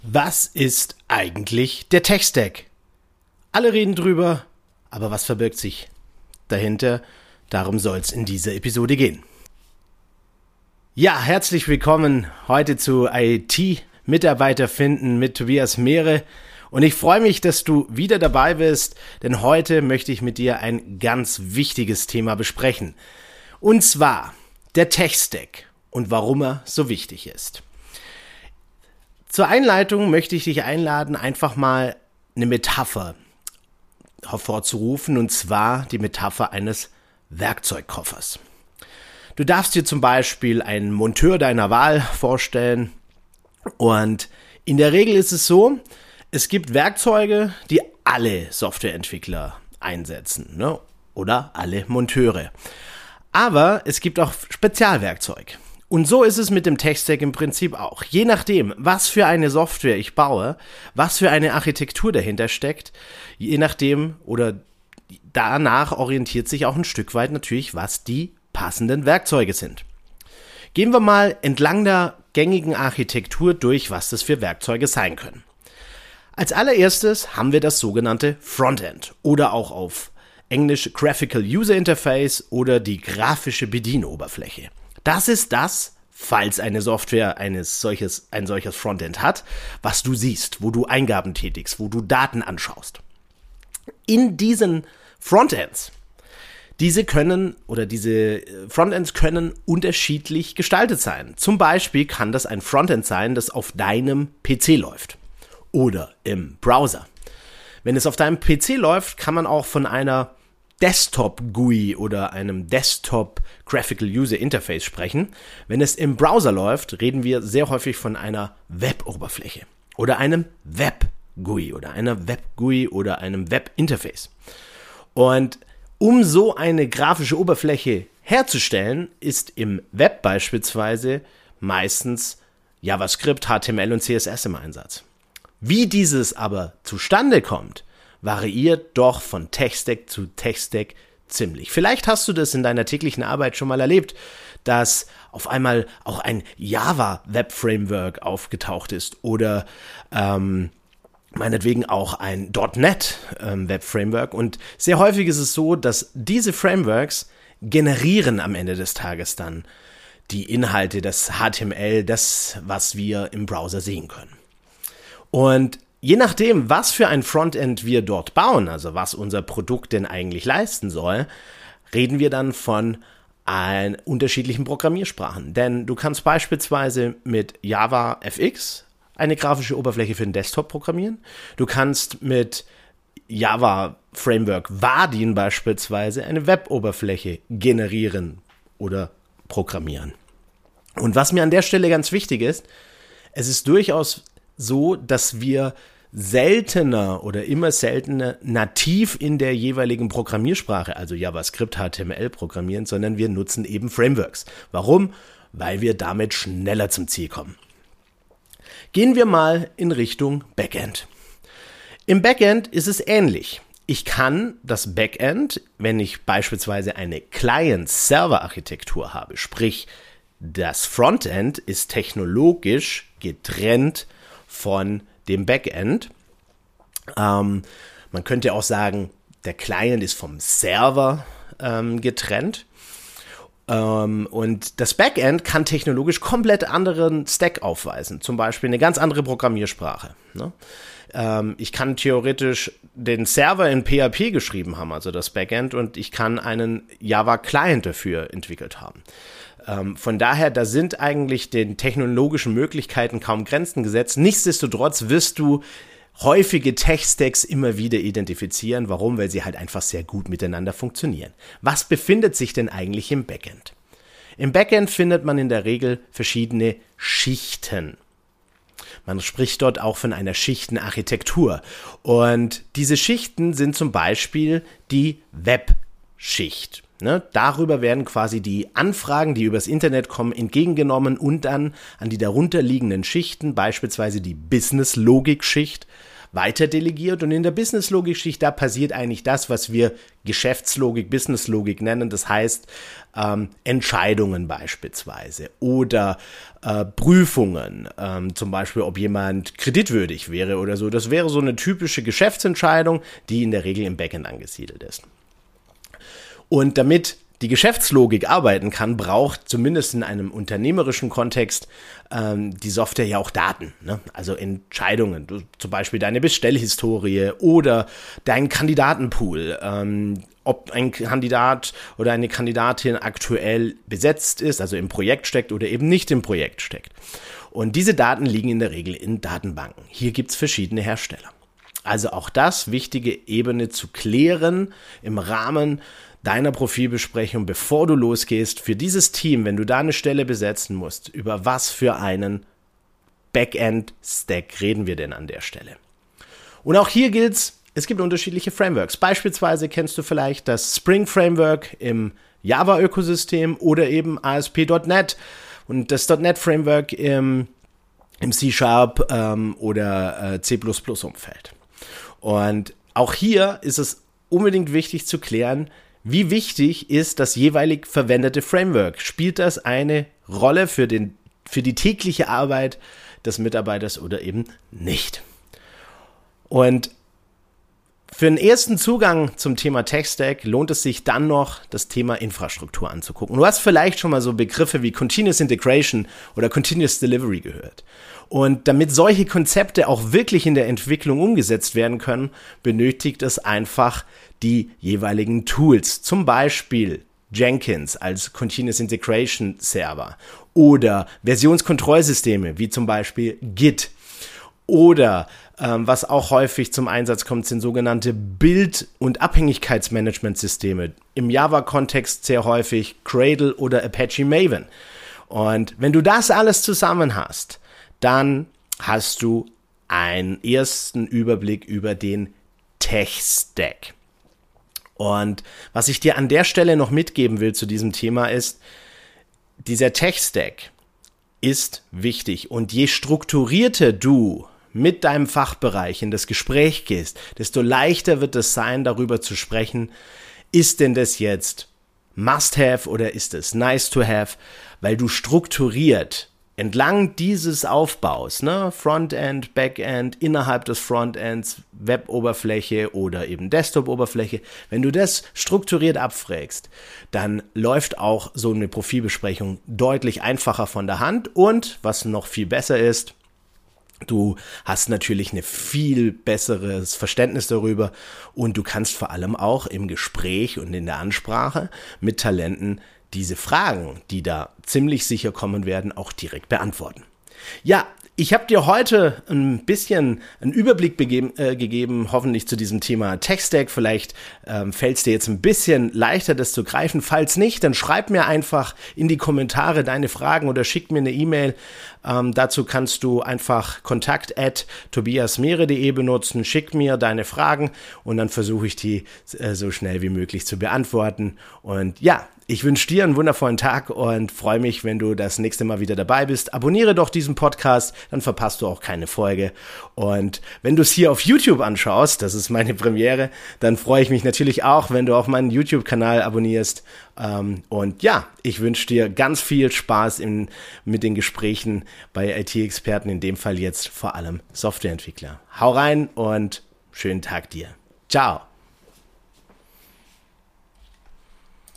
Was ist eigentlich der Tech-Stack? Alle reden drüber, aber was verbirgt sich dahinter? Darum soll es in dieser Episode gehen. Ja, herzlich willkommen heute zu IT-Mitarbeiter finden mit Tobias Mehre. Und ich freue mich, dass du wieder dabei bist, denn heute möchte ich mit dir ein ganz wichtiges Thema besprechen. Und zwar der Tech-Stack und warum er so wichtig ist. Zur Einleitung möchte ich dich einladen, einfach mal eine Metapher hervorzurufen, und zwar die Metapher eines Werkzeugkoffers. Du darfst dir zum Beispiel einen Monteur deiner Wahl vorstellen, und in der Regel ist es so, es gibt Werkzeuge, die alle Softwareentwickler einsetzen, ne? Oder alle Monteure. Aber es gibt auch Spezialwerkzeug. Und so ist es mit dem Tech-Stack im Prinzip auch. Je nachdem, was für eine Software ich baue, was für eine Architektur dahinter steckt, je nachdem oder danach orientiert sich auch ein Stück weit natürlich, was die passenden Werkzeuge sind. Gehen wir mal entlang der gängigen Architektur durch, was das für Werkzeuge sein können. Als allererstes haben wir das sogenannte Frontend oder auch auf Englisch Graphical User Interface oder die grafische Bedienoberfläche. Das ist das, falls eine Software ein solches Frontend hat, was du siehst, wo du Eingaben tätigst, wo du Daten anschaust. In diesen Frontends, diese Frontends können unterschiedlich gestaltet sein. Zum Beispiel kann das ein Frontend sein, das auf deinem PC läuft oder im Browser. Wenn es auf deinem PC läuft, kann man auch von einer Desktop-GUI oder einem Desktop-Graphical User Interface sprechen. Wenn es im Browser läuft, reden wir sehr häufig von einer Web-Oberfläche oder einem Web-GUI oder einer Web-GUI oder einem Web-Interface. Und um so eine grafische Oberfläche herzustellen, ist im Web beispielsweise meistens JavaScript, HTML und CSS im Einsatz. Wie dieses aber zustande kommt, variiert doch von Tech-Stack zu Tech-Stack ziemlich. Vielleicht hast du das in deiner täglichen Arbeit schon mal erlebt, dass auf einmal auch ein Java-Web-Framework aufgetaucht ist oder meinetwegen auch ein .NET-Web-Framework. Und sehr häufig ist es so, dass diese Frameworks generieren am Ende des Tages dann die Inhalte, das HTML, das, was wir im Browser sehen können. Und je nachdem, was für ein Frontend wir dort bauen, also was unser Produkt denn eigentlich leisten soll, reden wir dann von unterschiedlichen Programmiersprachen. Denn du kannst beispielsweise mit JavaFX eine grafische Oberfläche für den Desktop programmieren. Du kannst mit Java Framework Vadin beispielsweise eine Web-Oberfläche generieren oder programmieren. Und was mir an der Stelle ganz wichtig ist, es ist durchaus so, dass wir seltener oder immer seltener nativ in der jeweiligen Programmiersprache, also JavaScript, HTML programmieren, sondern wir nutzen eben Frameworks. Warum? Weil wir damit schneller zum Ziel kommen. Gehen wir mal in Richtung Backend. Im Backend ist es ähnlich. Ich kann das Backend, wenn ich beispielsweise eine Client-Server-Architektur habe, sprich das Frontend ist technologisch getrennt von dem Backend. Man könnte auch sagen, der Client ist vom Server getrennt. Und das Backend kann technologisch komplett anderen Stack aufweisen. Zum Beispiel eine ganz andere Programmiersprache. Ne? Ich kann theoretisch den Server in PHP geschrieben haben, also das Backend, und ich kann einen Java-Client dafür entwickelt haben. Von daher, da sind eigentlich den technologischen Möglichkeiten kaum Grenzen gesetzt. Nichtsdestotrotz wirst du häufige Tech-Stacks immer wieder identifizieren. Warum? Weil sie halt einfach sehr gut miteinander funktionieren. Was befindet sich denn eigentlich im Backend? Im Backend findet man in der Regel verschiedene Schichten. Man spricht dort auch von einer Schichtenarchitektur. Und diese Schichten sind zum Beispiel die Web-Schicht. Ne, darüber werden quasi die Anfragen, die übers Internet kommen, entgegengenommen und dann an die darunterliegenden Schichten, beispielsweise die Business-Logik-Schicht, weiter delegiert. Und in der Business-Logik-Schicht, da passiert eigentlich das, was wir Geschäftslogik, Business-Logik nennen. Das heißt, Entscheidungen beispielsweise oder Prüfungen, zum Beispiel, ob jemand kreditwürdig wäre oder so. Das wäre so eine typische Geschäftsentscheidung, die in der Regel im Backend angesiedelt ist. Und damit die Geschäftslogik arbeiten kann, braucht zumindest in einem unternehmerischen Kontext die Software ja auch Daten, ne? Also Entscheidungen, zum Beispiel deine Bestellhistorie oder dein Kandidatenpool, ob ein Kandidat oder eine Kandidatin aktuell besetzt ist, also im Projekt steckt oder eben nicht im Projekt steckt. Und diese Daten liegen in der Regel in Datenbanken. Hier gibt's verschiedene Hersteller. Also auch das wichtige Ebene zu klären im Rahmen deiner Profilbesprechung, bevor du losgehst, für dieses Team, wenn du da eine Stelle besetzen musst, über was für einen Backend-Stack reden wir denn an der Stelle? Und auch hier gilt's, es gibt unterschiedliche Frameworks. Beispielsweise kennst du vielleicht das Spring Framework im Java-Ökosystem oder eben ASP.NET und das .NET Framework im C# oder C++-Umfeld. Und auch hier ist es unbedingt wichtig zu klären, wie wichtig ist das jeweilig verwendete Framework? Spielt das eine Rolle für die tägliche Arbeit des Mitarbeiters oder eben nicht? Und für einen ersten Zugang zum Thema Tech-Stack lohnt es sich dann noch, das Thema Infrastruktur anzugucken. Du hast vielleicht schon mal so Begriffe wie Continuous Integration oder Continuous Delivery gehört. Und damit solche Konzepte auch wirklich in der Entwicklung umgesetzt werden können, benötigt es einfach die jeweiligen Tools. Zum Beispiel Jenkins als Continuous Integration Server oder Versionskontrollsysteme wie zum Beispiel Git. Oder was auch häufig zum Einsatz kommt, sind sogenannte Bild- und Abhängigkeitsmanagementsysteme. Im Java-Kontext sehr häufig Gradle oder Apache Maven. Und wenn du das alles zusammen hast, dann hast du einen ersten Überblick über den Tech-Stack. Und was ich dir an der Stelle noch mitgeben will zu diesem Thema ist, dieser Tech-Stack ist wichtig. Und je strukturierter du mit deinem Fachbereich in das Gespräch gehst, desto leichter wird es sein, darüber zu sprechen, ist denn das jetzt Must-Have oder ist es Nice-to-Have, weil du strukturiert entlang dieses Aufbaus, ne, Frontend, Backend, innerhalb des Frontends, Web-Oberfläche oder eben Desktop-Oberfläche, wenn du das strukturiert abfragst, dann läuft auch so eine Profilbesprechung deutlich einfacher von der Hand und, was noch viel besser ist, du hast natürlich ein viel besseres Verständnis darüber und du kannst vor allem auch im Gespräch und in der Ansprache mit Talenten diese Fragen, die da ziemlich sicher kommen werden, auch direkt beantworten. Ja, ich habe dir heute ein bisschen einen Überblick gegeben, hoffentlich zu diesem Thema Tech-Stack. Vielleicht fällt es dir jetzt ein bisschen leichter, das zu greifen. Falls nicht, dann schreib mir einfach in die Kommentare deine Fragen oder schick mir eine E-Mail. Dazu kannst du einfach kontakt@tobiasmehre.de benutzen. Schick mir deine Fragen und dann versuche ich die so schnell wie möglich zu beantworten. Und ja, ich wünsche dir einen wundervollen Tag und freue mich, wenn du das nächste Mal wieder dabei bist. Abonniere doch diesen Podcast, dann verpasst du auch keine Folge. Und wenn du es hier auf YouTube anschaust, das ist meine Premiere, dann freue ich mich natürlich auch, wenn du auch meinen YouTube-Kanal abonnierst. Und ja, ich wünsche dir ganz viel Spaß mit den Gesprächen bei IT-Experten, in dem Fall jetzt vor allem Softwareentwickler. Hau rein und schönen Tag dir. Ciao.